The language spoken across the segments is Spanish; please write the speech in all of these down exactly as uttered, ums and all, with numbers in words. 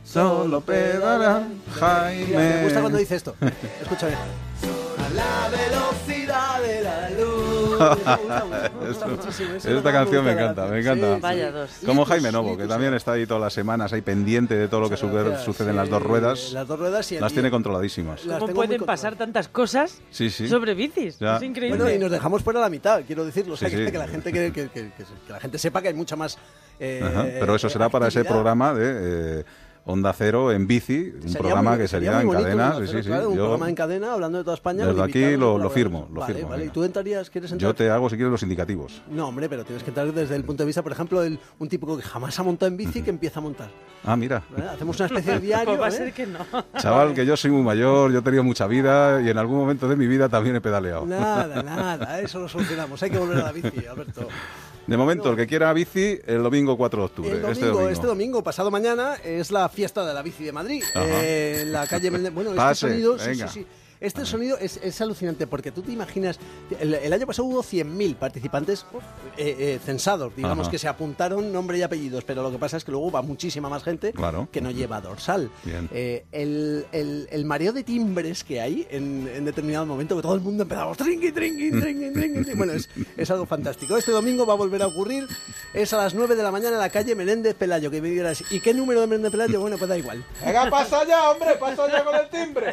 solo pedala Jaime. Me gusta cuando dice esto. Escúchame. A la velocidad de la luz. Me gusta muchísimo. Eso Esta canción me encanta, me encanta. Sí, Vaya dos. Como Jaime Novo, que también está ahí todas las semanas, ahí pendiente de todo lo que sucede, sucede en las dos ruedas. Las dos ruedas y Las tiene controladísimas. ¿Cómo pueden pasar tantas cosas sí, sí. sobre bicis? Ya. Es increíble. Bueno, y nos dejamos fuera la mitad, quiero decirlo. O sea, Sí, que, sí. que la gente que, que, que, que, que la gente sepa que hay mucha más. Eh, Ajá, pero eso será para ese actividad. programa de eh, Onda Cero en bici, un Sería programa muy- que sería sería en muy bonito, cadena. Onda Sí, Cero, sí, sí. claro, un Yo, programa en cadena hablando de toda España. desde con aquí invitados, lo- lo colaboradores. firmo, lo vale, firmo, Vale, venga. ¿y tú entrarías? ¿Quieres entrar? yo te hago, si quieres, los indicativos. No, hombre, pero tienes que entrar desde el punto de vista, por ejemplo, el, un tipo que jamás ha montado en bici que empieza a montar. Ah, mira. ¿Vale? Hacemos una especie de diario. Pues va a ¿eh? ser que no. Chaval, que yo soy muy mayor, yo he tenido mucha vida y en algún momento de mi vida también he pedaleado. Nada, nada, eso lo solucionamos. Hay que volver a la bici, Alberto. De momento, el que quiera bici, el domingo cuatro de octubre. El domingo, este domingo. este domingo, pasado mañana, es la fiesta de la bici de Madrid. Ajá. Eh, en la calle Méndez. Bueno, este Pase, sonido. Sí, venga. sí, sí. Este sonido es, es alucinante porque tú te imaginas. El, el año pasado hubo cien mil participantes eh, eh, censados, digamos, Ajá. que se apuntaron nombre y apellidos, pero lo que pasa es que luego va muchísima más gente Claro. que no lleva dorsal. Bien. Eh, el, el, el mareo de timbres que hay en, en determinado momento, que todo el mundo empezamos trinqui, trinqui, trinqui, trinqui. Bueno, es, es algo fantástico. Este domingo va a volver a ocurrir. Es a las nueve de la mañana en la calle Menéndez Pelayo. Que me dirás, ¿y qué número de Menéndez Pelayo? Bueno, pues da igual. ¡Venga, pasa ya, hombre! ¡Pasa ya con el timbre!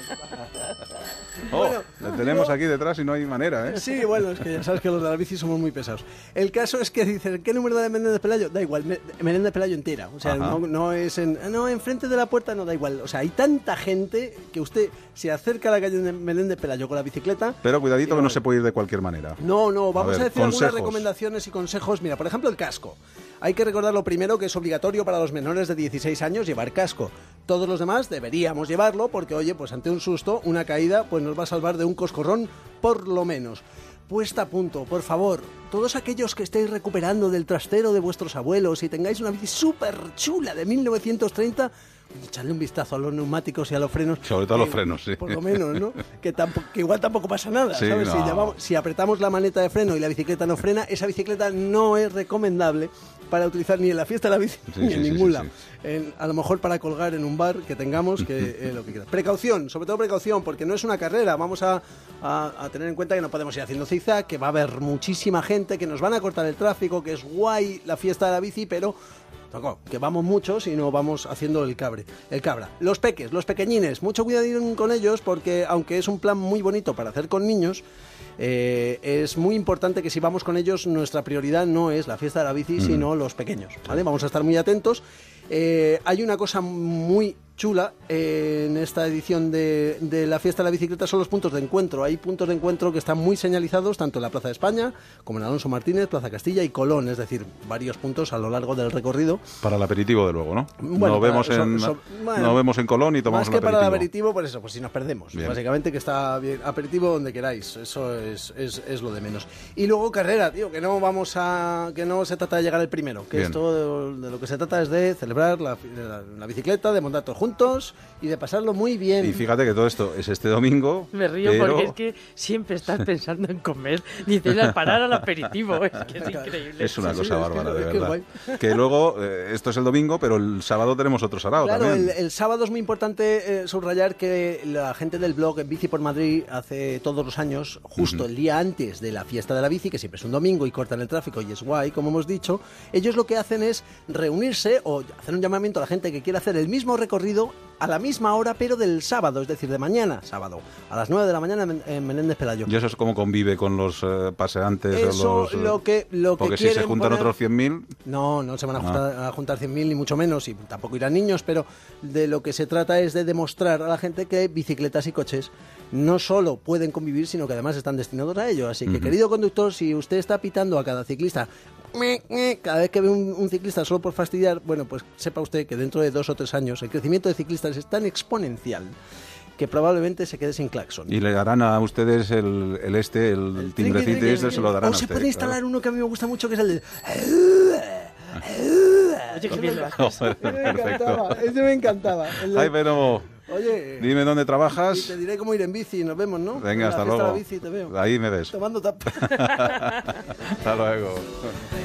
Oh, Bueno, le tenemos no. aquí detrás y no hay manera, ¿eh? Sí, bueno, es que ya sabes que los de la bici somos muy pesados. El caso es que dicen, ¿qué número de Menéndez Pelayo? Da igual, Me- Menéndez Pelayo entera. O sea, Ajá. no, no es en... No, enfrente de la puerta no da igual. O sea, hay tanta gente que usted se acerca a la calle de Menéndez Pelayo con la bicicleta. Pero cuidadito y que no no- se puede ir de cualquier manera. No, no, vamos a, ver, decir algunas consejos. recomendaciones y consejos. Mira, por ejemplo, el casco. Hay que recordar lo primero, que es obligatorio para los menores de dieciséis años llevar casco. Todos los demás deberíamos llevarlo porque, oye, pues ante un susto, una caída, pues nos va a salvar de un coscorrón por lo menos. Puesta a punto, por favor, todos aquellos que estéis recuperando del trastero de vuestros abuelos y tengáis una bici súper chula de mil novecientos treinta, echarle un vistazo a los neumáticos y a los frenos. Sobre todo a los que, frenos, sí. Por lo menos, ¿no? Que, tampoco, que igual tampoco pasa nada, Sí, ¿sabes? no. Si, llamamos- si apretamos la maneta de freno y la bicicleta no frena, esa bicicleta no es recomendable para utilizar ni en la fiesta de la bici Sí, ni sí, en sí, ningún sí, lado. sí. En- a lo mejor para colgar en un bar que tengamos, que eh, lo que quieras. Precaución, sobre todo precaución, porque no es una carrera. Vamos a, a- a tener en cuenta que no podemos ir haciendo zigzag, que va a haber muchísima gente, que nos van a cortar el tráfico, que es guay la fiesta de la bici, pero toco, que vamos muchos y no vamos haciendo el cabre, el cabra. Los peques, los pequeñines, mucho cuidado con ellos porque aunque es un plan muy bonito para hacer con niños, eh, es muy importante que si vamos con ellos nuestra prioridad no es la fiesta de la bici, sino los pequeños, ¿vale? Vamos a estar muy atentos. Eh, hay una cosa muy chula eh, en esta edición de, de la fiesta de la bicicleta, son los puntos de encuentro. Hay puntos de encuentro que están muy señalizados tanto en la Plaza de España como en Alonso Martínez, Plaza Castilla y Colón, es decir, varios puntos a lo largo del recorrido. Para el aperitivo, de luego, ¿no? Bueno, nos, vemos para- en, so- so- bueno, nos vemos en Colón y tomamos Más que el para el aperitivo. aperitivo, pues eso, pues si nos perdemos. Bien. Básicamente que está bien. Aperitivo donde queráis, eso es, es, es lo de menos. Y luego carrera, tío, que no vamos a. Que no se trata de llegar el primero. Que Bien. esto de, de lo que se trata es de celebrar la, la, la bicicleta, de montar todos juntos y de pasarlo muy bien. Y fíjate que todo esto es este domingo. Me río pero... porque es que siempre estás pensando en comer. Dices, al parar al aperitivo. Es que es increíble. Es una Sí, cosa sí, es bárbara, que- de es que verdad. guay. Que luego, eh, esto es el domingo, pero el sábado tenemos otro sarao Claro, también. el, el sábado es muy importante eh, subrayar que la gente del blog en Bici por Madrid hace todos los años, justo el día antes de la fiesta de la bici, que siempre es un domingo y cortan el tráfico y es guay, como hemos dicho, ellos lo que hacen es reunirse o hacer un llamamiento a la gente que quiera hacer el mismo recorrido a la misma hora, pero del sábado, es decir, de mañana, sábado, a las nueve de la mañana en, en Menéndez Pelayo. ¿Y eso es cómo convive con los eh, paseantes? Eso o los, eh, lo que lo que porque si quieren se juntan poner- otros cien mil... No, no se van a Ah. juntar, a juntar cien mil ni mucho menos, y tampoco irán niños, pero de lo que se trata es de demostrar a la gente que bicicletas y coches no solo pueden convivir, sino que además están destinados a ello. Así que, querido conductor, si usted está pitando a cada ciclista, me, me, cada vez que ve un, un ciclista solo por fastidiar, bueno, pues sepa usted que dentro de dos o tres años el crecimiento de ciclistas es tan exponencial que probablemente se quede sin claxon. Y le darán a ustedes el, el este, el, El timbrecito trinqui, trinqui, este, se lo darán o a se usted. puede instalar claro. uno que a mí me gusta mucho, que es el de... Oye, qué bien lo haces. Ese me encantaba, ese me encantaba. El de- Ay, pero Oye, dime dónde y trabajas. te diré cómo ir en bici, nos vemos, ¿no? Venga, En la hasta fiesta de luego. la bici te veo. Ahí me ves. Tomando tap. Hasta luego.